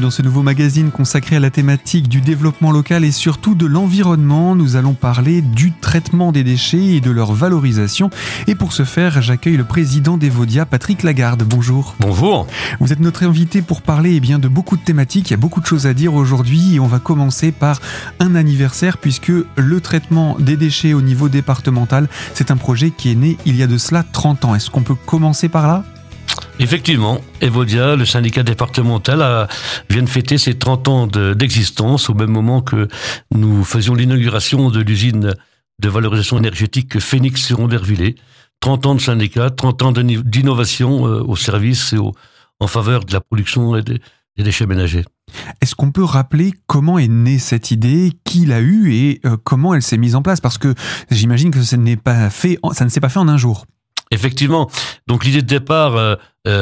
dans ce nouveau magazine consacré à la thématique du développement local et surtout de l'environnement. Nous allons parler du traitement des déchets et de leur valorisation. Et pour ce faire, j'accueille le président d'Evodia, Patrick Lagarde. Bonjour. Bonjour. Vous êtes notre invité pour parler de beaucoup de thématiques. Il y a beaucoup de choses à dire aujourd'hui et on va commencer par un anniversaire puisque le traitement des déchets au niveau départemental, c'est un projet qui est né il y a de cela 30 ans. Est-ce qu'on peut commencer par là ? Effectivement, Evodia, le syndicat départemental, vient de fêter ses 30 ans d'existence au même moment que nous faisions l'inauguration de l'usine de valorisation énergétique Phoenix sur Andervillers. 30 ans de syndicat, 30 ans d'innovation au service et en faveur de la production et des déchets ménagers. Est-ce qu'on peut rappeler comment est née cette idée, qui l'a eue et comment elle s'est mise en place ? Parce que j'imagine que ça ne s'est pas fait en un jour. Effectivement. Donc l'idée de départ,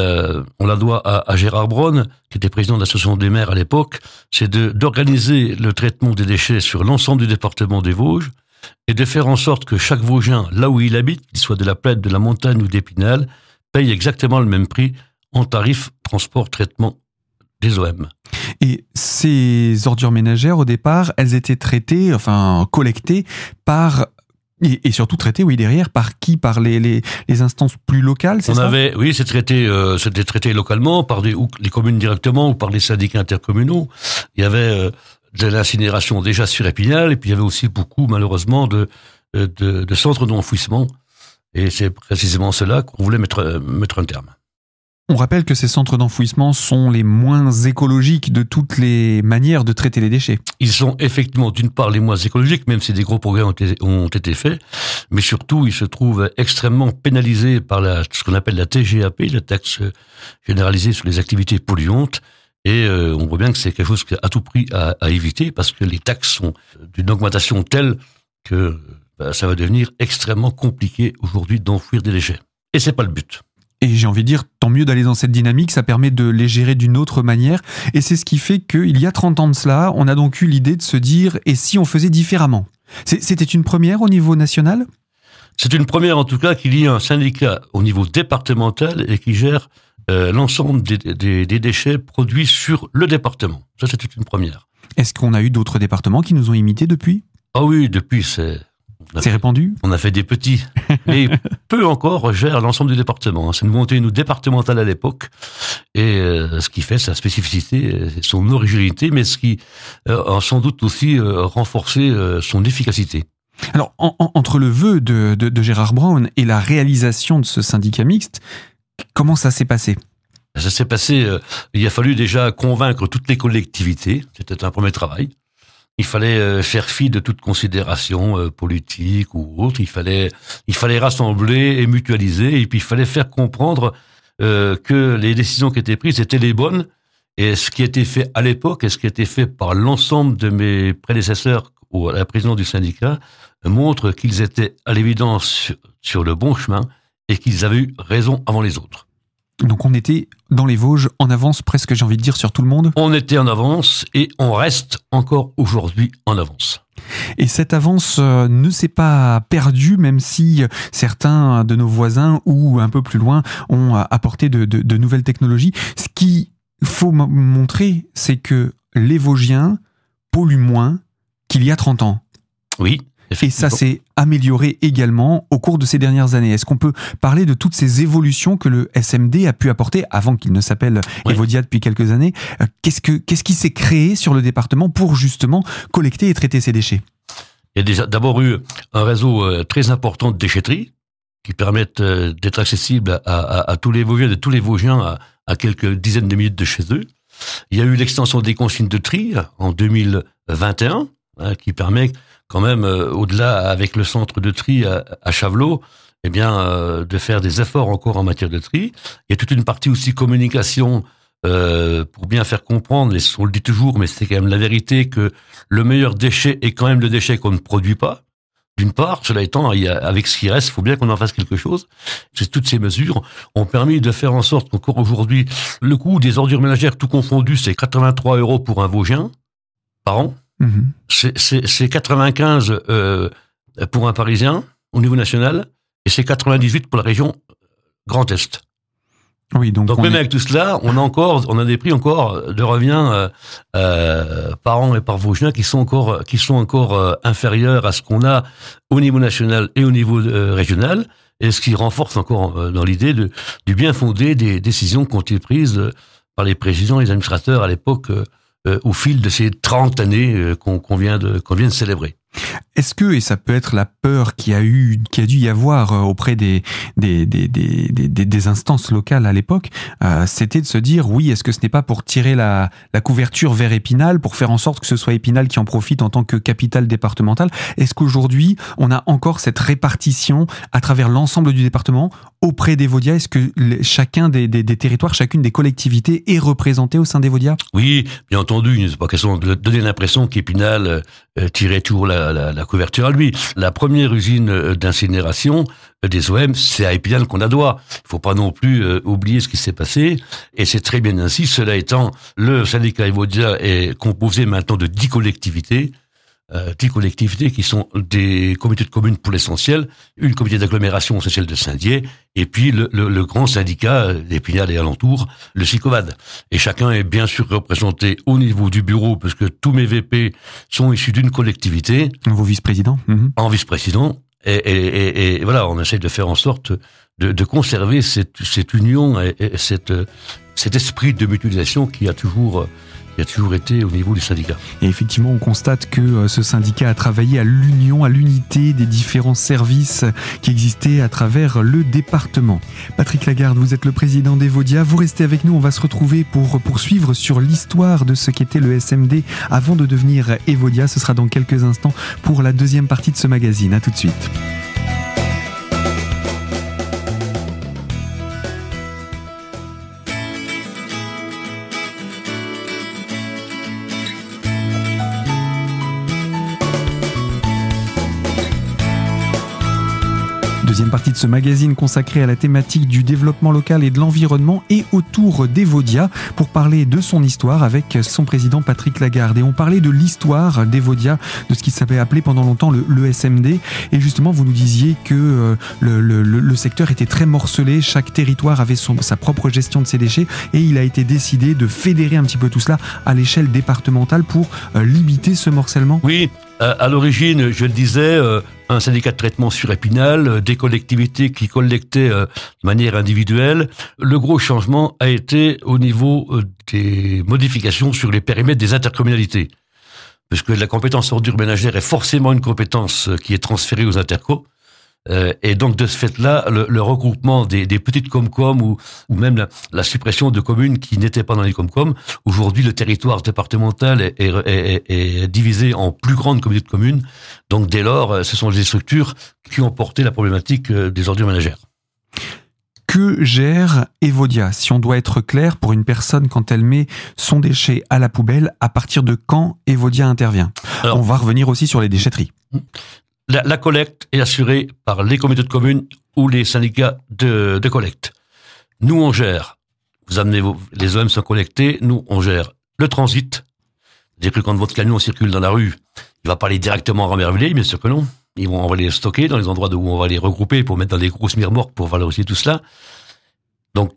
on la doit à Gérard Braun, qui était président de l'association des maires à l'époque, c'est d'organiser le traitement des déchets sur l'ensemble du département des Vosges et de faire en sorte que chaque Vosgien, là où il habite, qu'il soit de la Plaine, de la montagne ou d'Épinal, paye exactement le même prix en tarif transport traitement des OM. Et ces ordures ménagères, au départ, elles étaient collectées par... Et surtout traité, derrière, par qui ? Par les instances plus locales, c'est ça ? Oui, c'était traité localement, par les communes directement ou par les syndicats intercommunaux. Il y avait de l'incinération déjà sur Épinal, et puis il y avait aussi beaucoup, malheureusement, de centres d'enfouissement. Et c'est précisément cela qu'on voulait mettre un terme. On rappelle que ces centres d'enfouissement sont les moins écologiques de toutes les manières de traiter les déchets. Ils sont effectivement d'une part les moins écologiques, même si des gros progrès ont été faits, mais surtout ils se trouvent extrêmement pénalisés par ce qu'on appelle la TGAP, la taxe généralisée sur les activités polluantes, et on voit bien que c'est quelque chose à tout prix à éviter, parce que les taxes sont d'une augmentation telle que ça va devenir extrêmement compliqué aujourd'hui d'enfouir des déchets. Et c'est pas le but. Et j'ai envie de dire, tant mieux d'aller dans cette dynamique, ça permet de les gérer d'une autre manière. Et c'est ce qui fait qu'il y a 30 ans de cela, on a donc eu l'idée de se dire, et si on faisait différemment ? C'était une première au niveau national ? C'est une première en tout cas qu'il y ait un syndicat au niveau départemental et qui gère l'ensemble des déchets produits sur le département. Ça, c'est une première. Est-ce qu'on a eu d'autres départements qui nous ont imités depuis ? Ah oui, depuis c'est répandu ? On a fait des petits, mais peu encore gèrent l'ensemble du département. C'est une volonté départementale à l'époque, et ce qui fait sa spécificité, son originalité, mais ce qui a sans doute aussi renforcé son efficacité. Alors, entre le vœu de Gérard Braun et la réalisation de ce syndicat mixte, comment ça s'est passé ? Ça s'est passé, il a fallu déjà convaincre toutes les collectivités, c'était un premier travail. Il fallait faire fi de toute considération politique ou autre. Il fallait rassembler et mutualiser. Et puis il fallait faire comprendre que les décisions qui étaient prises étaient les bonnes. Et ce qui a été fait à l'époque et ce qui a été fait par l'ensemble de mes prédécesseurs ou à la présidence du syndicat montre qu'ils étaient à l'évidence sur le bon chemin et qu'ils avaient eu raison avant les autres. Donc on était dans les Vosges en avance presque, j'ai envie de dire, sur tout le monde. On était en avance et on reste encore aujourd'hui en avance. Et cette avance ne s'est pas perdue, même si certains de nos voisins ou un peu plus loin ont apporté de nouvelles technologies. Ce qu'il faut montrer, c'est que les Vosgiens polluent moins qu'il y a 30 ans. Oui. Et ça s'est amélioré également au cours de ces dernières années. Est-ce qu'on peut parler de toutes ces évolutions que le SMD a pu apporter, avant qu'il ne s'appelle Evodia depuis quelques années ? Qu'est-ce qui s'est créé sur le département pour justement collecter et traiter ces déchets ? Il y a déjà d'abord eu un réseau très important de déchetteries qui permettent d'être accessibles à tous les Vosgiens, de tous les Vosgiens à quelques dizaines de minutes de chez eux. Il y a eu l'extension des consignes de tri en 2021 qui permet quand même, au-delà, avec le centre de tri à Chavelot, de faire des efforts encore en matière de tri. Il y a toute une partie aussi communication pour bien faire comprendre, et on le dit toujours, mais c'est quand même la vérité, que le meilleur déchet est quand même le déchet qu'on ne produit pas. D'une part, cela étant, avec ce qui reste, il faut bien qu'on en fasse quelque chose. Toutes ces mesures ont permis de faire en sorte qu'encore aujourd'hui, le coût des ordures ménagères tout confondu, c'est 83 € pour un Vosgien par an. Mmh. C'est 95 pour un Parisien au niveau national et c'est 98 pour la région Grand Est. Oui, donc même avec tout cela, on a des prix encore de revient par an et par Vosgien qui sont encore inférieurs à ce qu'on a au niveau national et au niveau régional, et ce qui renforce encore dans l'idée du bien fondé des décisions qui ont été prises par les présidents et les administrateurs à l'époque au fil de ces 30 années qu'on vient de célébrer. Est-ce que, et ça peut être la peur qui a dû y avoir auprès des instances locales à l'époque, c'était de se dire, oui, est-ce que ce n'est pas pour tirer la couverture vers Épinal, pour faire en sorte que ce soit Épinal qui en profite en tant que capitale départementale? Est-ce qu'aujourd'hui, on a encore cette répartition à travers l'ensemble du département auprès des Vaudias? Est-ce que chacun des territoires, chacune des collectivités est représentée au sein des Vaudias? Oui, bien entendu, il n'est pas question de donner l'impression qu'Épinal tirait toujours la couverture à lui. La première usine d'incinération des OM, c'est à Épinal qu'on la doit. Il ne faut pas non plus oublier ce qui s'est passé, et c'est très bien ainsi. Cela étant, le syndicat Evodia est composé maintenant de 10 collectivités, 10 collectivités qui sont des comités de communes pour l'essentiel, une comité d'agglomération, c'est celle de Saint-Dié, et puis le grand syndicat d'Épinal et alentours, le SICOVAD. Et chacun est bien sûr représenté au niveau du bureau, parce que tous mes VP sont issus d'une collectivité. Vos vice-présidents. En vice-président. Et voilà, on essaie de faire en sorte de conserver cette union et cet esprit de mutualisation qui a toujours été au niveau du syndicat. Et effectivement, on constate que ce syndicat a travaillé à l'union, à l'unité des différents services qui existaient à travers le département. Patrick Lagarde, vous êtes le président d'Evodia. Vous restez avec nous, on va se retrouver pour poursuivre sur l'histoire de ce qu'était le SMD avant de devenir Evodia. Ce sera dans quelques instants pour la deuxième partie de ce magazine. À tout de suite. Deuxième partie de ce magazine consacré à la thématique du développement local et de l'environnement et autour d'Evodia pour parler de son histoire avec son président Patrick Lagarde. Et on parlait de l'histoire d'Evodia, de ce qui s'appelait appelé pendant longtemps le SMD. Et justement, vous nous disiez que le secteur était très morcelé, chaque territoire avait sa propre gestion de ses déchets et il a été décidé de fédérer un petit peu tout cela à l'échelle départementale pour limiter ce morcellement. Oui, à l'origine, je le disais, un syndicat de traitement sur Épinal, des collectivités qui collectaient de manière individuelle. Le gros changement a été au niveau des modifications sur les périmètres des intercommunalités. Parce que la compétence ordures ménagères est forcément une compétence qui est transférée aux intercos. Et donc, de ce fait-là, le regroupement des petites Comcom ou même la suppression de communes qui n'étaient pas dans les Comcom. Aujourd'hui, le territoire départemental est divisé en plus grandes communautés de communes. Donc, dès lors, ce sont les structures qui ont porté la problématique des ordures ménagères. Que gère Evodia? Si on doit être clair, pour une personne, quand elle met son déchet à la poubelle, à partir de quand Evodia intervient? Alors, on va revenir aussi sur les déchetteries. La collecte est assurée par les comités de communes ou les syndicats de collecte. Nous, on gère. Vous amenez les OM sont collectés. Nous, on gère le transit. C'est-à-dire que quand votre camion circule dans la rue, il va pas aller directement à Rambervillers, bien sûr que non. On va les stocker dans les endroits où on va les regrouper pour mettre dans des grosses remorques pour valoriser tout cela. Donc,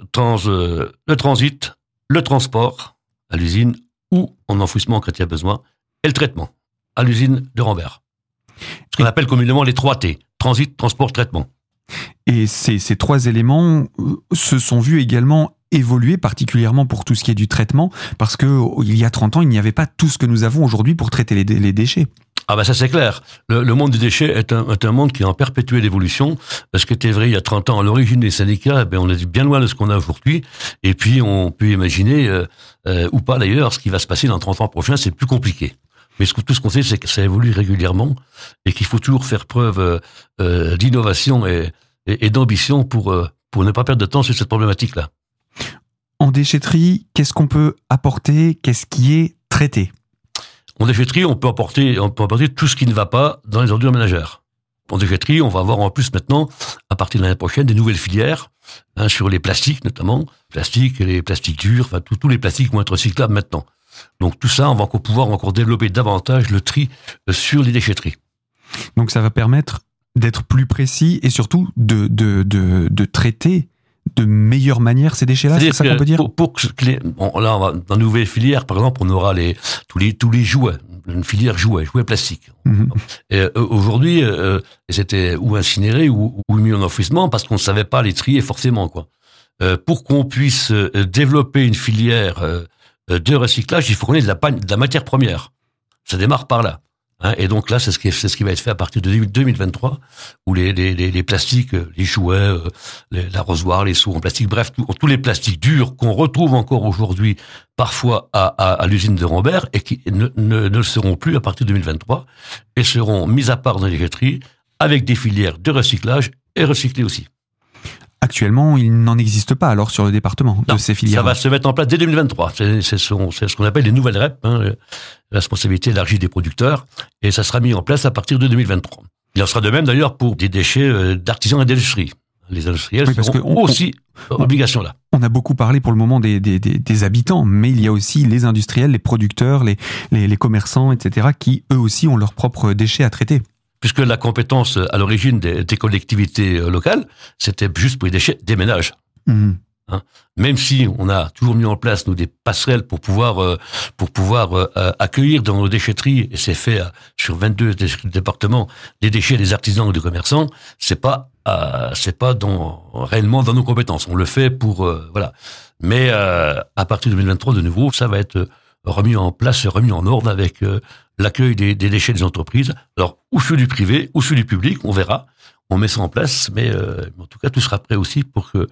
le transit, le transport à l'usine ou en enfouissement quand il y a besoin, et le traitement à l'usine de Rambert. Ce qu'on appelle communément les 3T, transit, transport, traitement. Et ces trois éléments se sont vus également évoluer, particulièrement pour tout ce qui est du traitement, parce que il y a 30 ans, il n'y avait pas tout ce que nous avons aujourd'hui pour traiter les déchets. Ah ben ça c'est clair. Le monde des déchets est un monde qui est en perpétuelle évolution. Ce qui était vrai il y a 30 ans à l'origine des syndicats, on est bien loin de ce qu'on a aujourd'hui. Et puis on peut imaginer, ou pas d'ailleurs, ce qui va se passer dans 30 ans prochains, c'est plus compliqué. Mais tout ce qu'on sait, c'est que ça évolue régulièrement et qu'il faut toujours faire preuve d'innovation et d'ambition pour ne pas perdre de temps sur cette problématique-là. En déchetterie, qu'est-ce qu'on peut apporter? Qu'est-ce qui est traité? En déchetterie, on peut apporter tout ce qui ne va pas dans les ordures ménagères. En déchetterie, on va avoir en plus maintenant, à partir de l'année prochaine, des nouvelles filières, sur les plastiques notamment, plastiques et les plastiques durs, enfin tous les plastiques vont être recyclables maintenant. Donc tout ça, on va pouvoir encore développer davantage le tri sur les déchetteries. Donc ça va permettre d'être plus précis et surtout de traiter de meilleure manière ces déchets-là, c'est ça qu'on peut dire? Pour que là, dans une nouvelle filière, par exemple, on aura tous les jouets, une filière jouets plastiques. Et aujourd'hui, c'était ou incinéré ou mis en enfouissement parce qu'on ne savait pas les trier forcément, quoi. Pour qu'on puisse développer une filière de recyclage, il faut qu'on ait de la matière première. Ça démarre par là. Et donc là, c'est ce qui va être fait à partir de 2023, où les plastiques, les jouets, l'arrosoir, les seaux en plastique, bref, tous les plastiques durs qu'on retrouve encore aujourd'hui, parfois à l'usine de Rambert, et qui ne le seront plus à partir de 2023, et seront mis à part dans les déchetteries, avec des filières de recyclage et recyclées aussi. Actuellement, il n'en existe pas alors sur le département de ces filières. Ça va se mettre en place dès 2023. C'est ce qu'on appelle les nouvelles REP, la responsabilité élargie des producteurs, et ça sera mis en place à partir de 2023. Il en sera de même d'ailleurs pour des déchets d'artisans et d'industrie. Les industriels seront aussi obligation là. On a beaucoup parlé pour le moment des habitants, mais il y a aussi les industriels, les producteurs, les commerçants, etc., qui eux aussi ont leurs propres déchets à traiter. Puisque la compétence à l'origine des collectivités locales, c'était juste pour les déchets des ménages. Même si on a toujours mis en place des passerelles pour pouvoir accueillir dans nos déchetteries, et c'est fait sur 22 départements, des déchets des artisans ou des commerçants, c'est pas réellement dans nos compétences. On le fait pour voilà. Mais à partir de 2023, de nouveau, ça va être remis en place, remis en ordre avec l'accueil des déchets des entreprises. Alors, ou sur du privé, ou sur du public, on verra. On met ça en place, mais en tout cas, tout sera prêt aussi pour que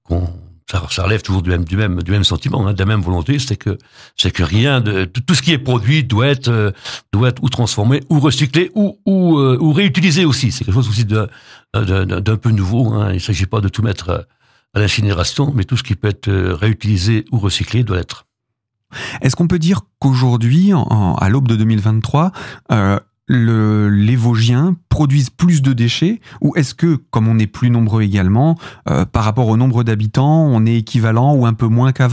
ça relève toujours du même sentiment, de la même volonté, c'est que rien de tout ce qui est produit doit être ou transformé, ou recyclé, ou réutilisé aussi. C'est quelque chose aussi d'un peu nouveau. Il ne s'agit pas de tout mettre à l'incinération, mais tout ce qui peut être réutilisé ou recyclé doit l'être. Est-ce qu'on peut dire qu'aujourd'hui, à l'aube de 2023, les Vosgiens produisent plus de déchets, ou est-ce que, comme on est plus nombreux également, par rapport au nombre d'habitants, on est équivalent ou un peu moins qu'avant ?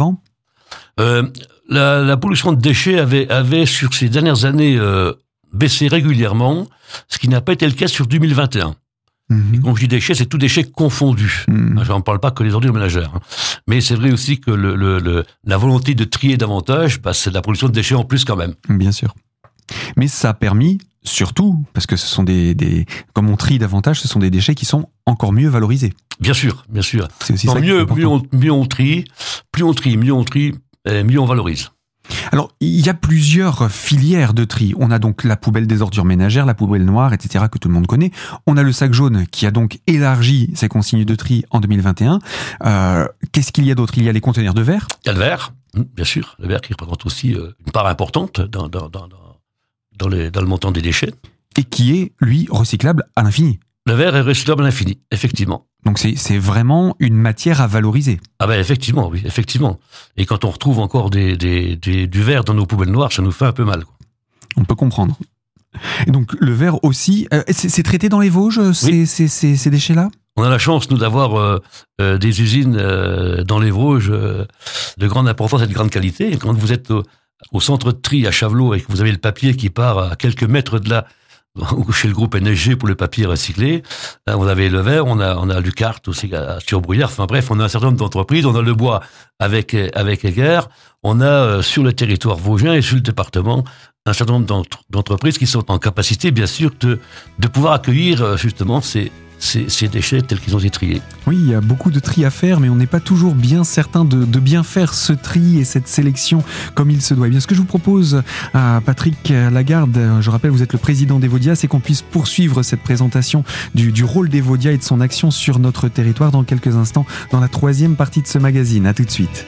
La pollution de déchets avait sur ces dernières années baissé régulièrement, ce qui n'a pas été le cas sur 2021. Et quand je dis déchets, c'est tout déchets confondus. Je n'en parle pas que les ordures ménagères. Mais c'est vrai aussi que la volonté de trier davantage, c'est de la production de déchets en plus quand même. Bien sûr. Mais ça a permis, surtout, parce que ce sont comme on trie davantage, ce sont des déchets qui sont encore mieux valorisés. Bien sûr. C'est aussi ça mieux on trie, mieux on valorise. Alors, il y a plusieurs filières de tri. On a donc la poubelle des ordures ménagères, la poubelle noire, etc., que tout le monde connaît. On a le sac jaune qui a donc élargi ses consignes de tri en 2021. Qu'est-ce qu'il y a d'autre ? Il y a les conteneurs de verre. Il y a le verre, bien sûr. Le verre qui représente aussi une part importante dans le montant des déchets. Et qui est, lui, recyclable à l'infini. Le verre est recyclable à l'infini, effectivement. Donc c'est vraiment une matière à valoriser. Ah ben effectivement, oui, effectivement. Et quand on retrouve encore du verre dans nos poubelles noires, ça nous fait un peu mal, quoi. On peut comprendre. Et donc le verre aussi, c'est traité dans les Vosges, oui. ces déchets-là ? On a la chance, nous, d'avoir des usines dans les Vosges de grande importance et de grande qualité. Et quand vous êtes au centre de tri à Chavelot et que vous avez le papier qui part à quelques mètres de là, chez le groupe NSG pour le papier recyclé, on avait le verre, on a Lucart aussi à Surbrouillard, enfin bref, on a un certain nombre d'entreprises, on a le bois avec Eger, on a sur le territoire vosgien et sur le département un certain nombre d'entreprises qui sont en capacité, bien sûr, de pouvoir accueillir justement ces déchets tels qu'ils ont été triés. Oui, il y a beaucoup de tri à faire, mais on n'est pas toujours bien certain de bien faire ce tri et cette sélection comme il se doit. Et bien, ce que je vous propose, Patrick Lagarde, je rappelle, vous êtes le président d'Evodia, c'est qu'on puisse poursuivre cette présentation du rôle d'Evodia et de son action sur notre territoire dans quelques instants, dans la troisième partie de ce magazine. À tout de suite.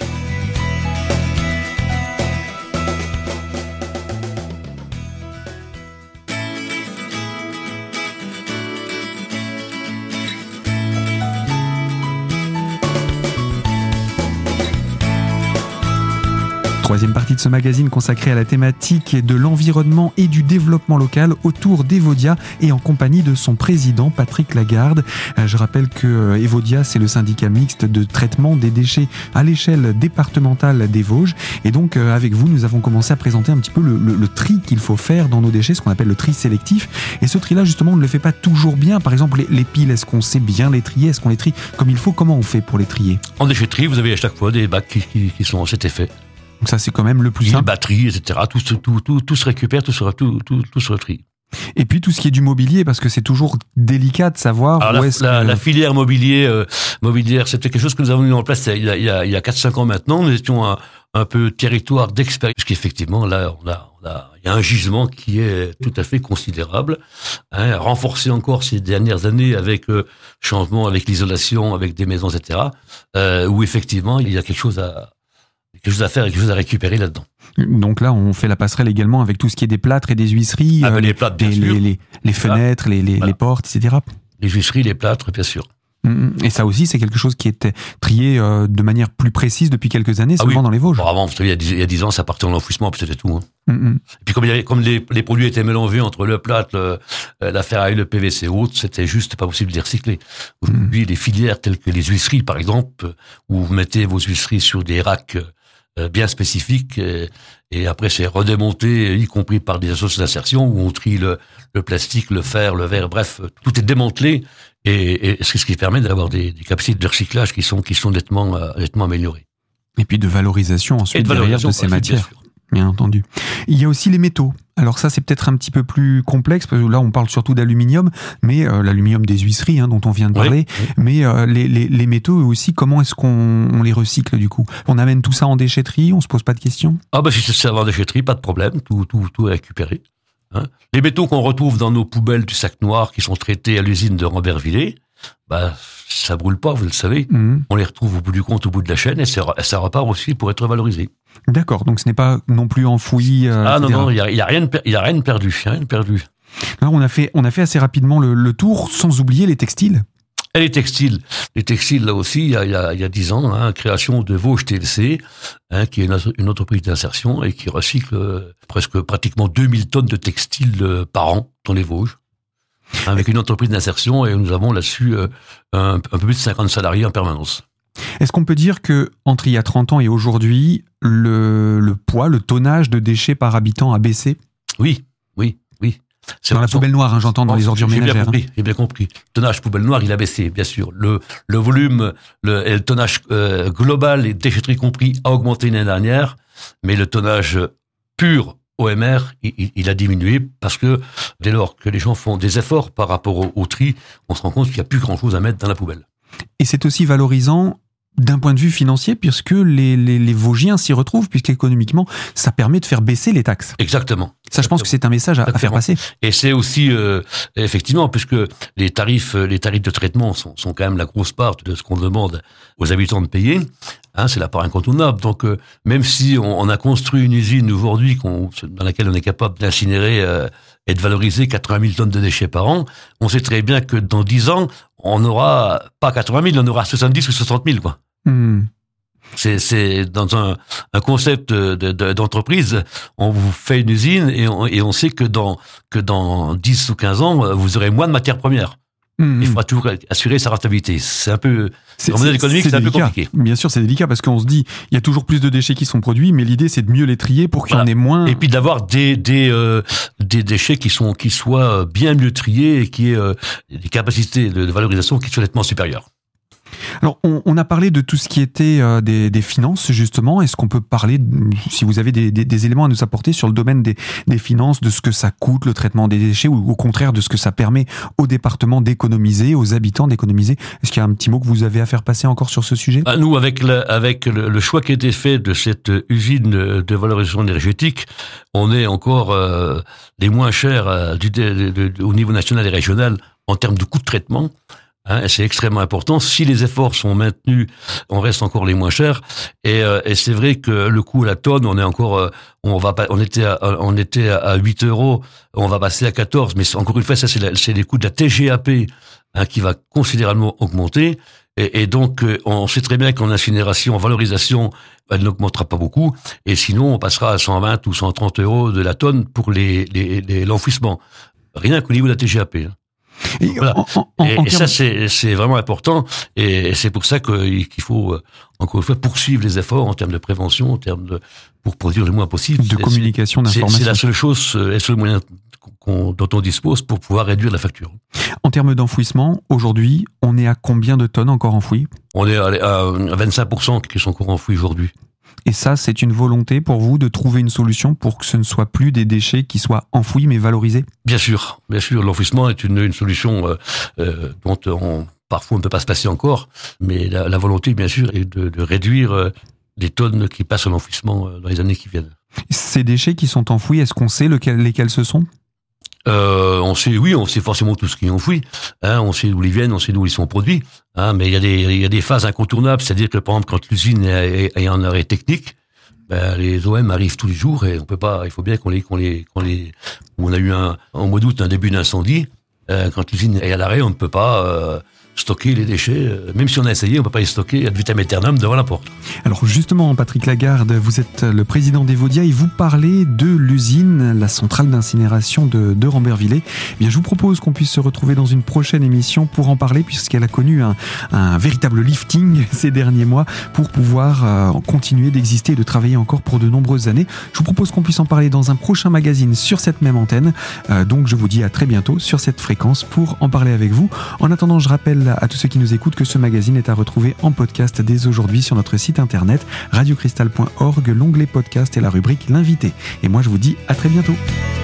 Troisième partie de ce magazine consacrée à la thématique de l'environnement et du développement local autour d'Evodia et en compagnie de son président Patrick Lagarde. Je rappelle que Evodia, c'est le syndicat mixte de traitement des déchets à l'échelle départementale des Vosges. Et donc avec vous, nous avons commencé à présenter un petit peu le tri qu'il faut faire dans nos déchets, ce qu'on appelle le tri sélectif. Et ce tri-là, justement, on ne le fait pas toujours bien. Par exemple, les piles, est-ce qu'on sait bien les trier? Est-ce qu'on les trie comme il faut? Comment on fait pour les trier? En déchetterie, vous avez à chaque fois des bacs qui sont à cet effet. Donc ça, c'est quand même le plus simple. Batteries, etc. Tout se récupère, tout se retrie. Et puis tout ce qui est du mobilier, parce que c'est toujours délicat de savoir. Alors la filière mobilière, c'était quelque chose que nous avons mis en place il y a 4-5 ans maintenant. Nous étions un peu territoire d'expérience, parce qu'effectivement, là, il y a un gisement qui est tout à fait considérable, renforcé encore ces dernières années avec changement, avec l'isolation, avec des maisons, etc. Où effectivement, il y a quelque chose à faire et quelque chose à récupérer là-dedans. Donc là, on fait la passerelle également avec tout ce qui est des plâtres et des huisseries, les plâtres, bien sûr. Les fenêtres, les portes, etc. Les huisseries, les plâtres, bien sûr. Et ça aussi, c'est quelque chose qui était trié de manière plus précise depuis quelques années, seulement dans les Vosges. Bon, avant, vous savez, il y a 10 ans, ça partait en enfouissement, puis c'était tout. Et puis comme les produits étaient mélangés entre le plâtre, la ferraille, le PVC et autres, c'était juste pas possible de les recycler. Aujourd'hui, les filières telles que les huisseries, par exemple, où vous mettez vos huisseries sur des racks bien spécifiques, et après c'est redémonté, y compris par des associations d'insertion, où on trie le plastique, le fer, le verre, bref, tout est démantelé, et c'est ce qui permet d'avoir des capacités de recyclage qui sont nettement améliorées. Et puis de valorisation ensuite derrière de ces matières. Bien entendu. Il y a aussi les métaux. Alors ça, c'est peut-être un petit peu plus complexe, parce que là, on parle surtout d'aluminium, mais l'aluminium des huisseries, dont on vient de parler. Oui. Mais les métaux aussi, comment est-ce qu'on les recycle du coup? On amène tout ça en déchetterie, on se pose pas de questions? Si c'est en déchetterie, pas de problème, tout est récupéré. Les métaux qu'on retrouve dans nos poubelles du sac noir, qui sont traités à l'usine de Rambervillers, ça brûle pas, vous le savez. On les retrouve au bout du compte, au bout de la chaîne, et ça repart aussi pour être valorisé. D'accord, donc ce n'est pas non plus enfoui. Non, il y a rien de perdu, Alors on a fait assez rapidement le tour, sans oublier les textiles. Et les textiles, là aussi, il y a 10 ans, création de Vosges TLC, qui est une entreprise d'insertion et qui recycle pratiquement 2000 tonnes de textiles par an dans les Vosges. Avec une entreprise d'insertion, et nous avons là-dessus un peu plus de 50 salariés en permanence. Est-ce qu'on peut dire que entre il y a 30 ans et aujourd'hui, le poids, le tonnage de déchets par habitant a baissé? Oui. C'est dans la poubelle noire, j'entends, dans les ordures ménagères. J'ai bien compris. Le tonnage poubelle noire, il a baissé, bien sûr. Le volume, et le tonnage global, et déchetterie compris, a augmenté l'année dernière, mais le tonnage pur OMR, il a diminué parce que dès lors que les gens font des efforts par rapport au tri, on se rend compte qu'il n'y a plus grand-chose à mettre dans la poubelle. Et c'est aussi valorisant d'un point de vue financier, puisque les Vosgiens s'y retrouvent, puisqu'économiquement, ça permet de faire baisser les taxes. Exactement. Ça, je pense que c'est un message à faire passer. Et c'est aussi, effectivement, puisque les tarifs de traitement sont quand même la grosse part de ce qu'on demande aux habitants de payer, c'est la part incontournable. Donc, même si on a construit une usine aujourd'hui dans laquelle on est capable d'incinérer et de valoriser 80 000 tonnes de déchets par an, on sait très bien que dans 10 ans, on n'aura pas 80 000, on aura 70 ou 60 000, quoi. C'est dans un concept d'entreprise, on vous fait une usine et on sait que dans 10 ou 15 ans, vous aurez moins de matières premières. Il faudra toujours assurer sa rentabilité. C'est un peu, en modèle économique, c'est un peu compliqué. Bien sûr, c'est délicat parce qu'on se dit, il y a toujours plus de déchets qui sont produits, mais l'idée, c'est de mieux les trier pour qu'il y en ait moins. Et puis d'avoir des déchets qui soient bien mieux triés et qui aient des capacités de valorisation qui soient nettement supérieures. Alors, on a parlé de tout ce qui était des finances, justement. Est-ce qu'on peut parler, si vous avez des éléments à nous apporter sur le domaine des finances, de ce que ça coûte, le traitement des déchets, ou au contraire de ce que ça permet au département d'économiser, aux habitants d'économiser? Est-ce qu'il y a un petit mot que vous avez à faire passer encore sur ce sujet? Nous, avec le choix qui a été fait de cette usine de valorisation énergétique, on est encore les moins chers au niveau national et régional en termes de coût de traitement. Et c'est extrêmement important. Si les efforts sont maintenus, on reste encore les moins chers. Et c'est vrai que le coût à la tonne, on était à 8 €, on va passer à 14. Mais encore une fois, ça c'est les coûts de la TGAP qui va considérablement augmenter. Et donc, on sait très bien qu'en incinération, en valorisation, elle n'augmentera pas beaucoup. Et sinon, on passera à 120 ou 130 € de la tonne pour l'enfouissement. Rien qu'au niveau de la TGAP. Et, voilà. Et ça, c'est vraiment important. Et c'est pour ça qu'il faut, encore une fois, poursuivre les efforts en termes de prévention, pour produire le moins possible. De communication, d'information. C'est la seule chose, et le seul moyen dont on dispose pour pouvoir réduire la facture. En termes d'enfouissement, aujourd'hui, on est à combien de tonnes encore enfouies ? On est à 25% qui sont encore enfouis aujourd'hui. Et ça, c'est une volonté pour vous de trouver une solution pour que ce ne soit plus des déchets qui soient enfouis mais valorisés ? Bien sûr. L'enfouissement est une solution dont parfois on ne peut pas se passer encore, mais la volonté, bien sûr, est de réduire les tonnes qui passent à l'enfouissement dans les années qui viennent. Ces déchets qui sont enfouis, est-ce qu'on sait lesquels ce sont ? On sait forcément tout ce qui est enfoui. On sait d'où ils viennent, on sait d'où ils sont produits. Mais il y a des phases incontournables, c'est-à-dire que par exemple quand l'usine est en arrêt technique, les OM arrivent tous les jours et on peut pas. Il faut bien qu'on les. On a eu en mois d'août un début d'incendie. Quand l'usine est à l'arrêt, on ne peut pas stocker les déchets. Même si on a essayé, on ne peut pas les stocker ad vitam aeternam devant la porte. Alors justement, Patrick Lagarde, vous êtes le président d'Evodia et vous parlez de l'usine, la centrale d'incinération de Rambervillers. Eh bien, je vous propose qu'on puisse se retrouver dans une prochaine émission pour en parler, puisqu'elle a connu un véritable lifting ces derniers mois pour pouvoir continuer d'exister et de travailler encore pour de nombreuses années. Je vous propose qu'on puisse en parler dans un prochain magazine sur cette même antenne. Donc je vous dis à très bientôt sur cette fréquence pour en parler avec vous. En attendant, je rappelle à tous ceux qui nous écoutent que ce magazine est à retrouver en podcast dès aujourd'hui sur notre site internet radiocristal.org, l'onglet podcast et la rubrique l'invité. Et moi je vous dis à très bientôt.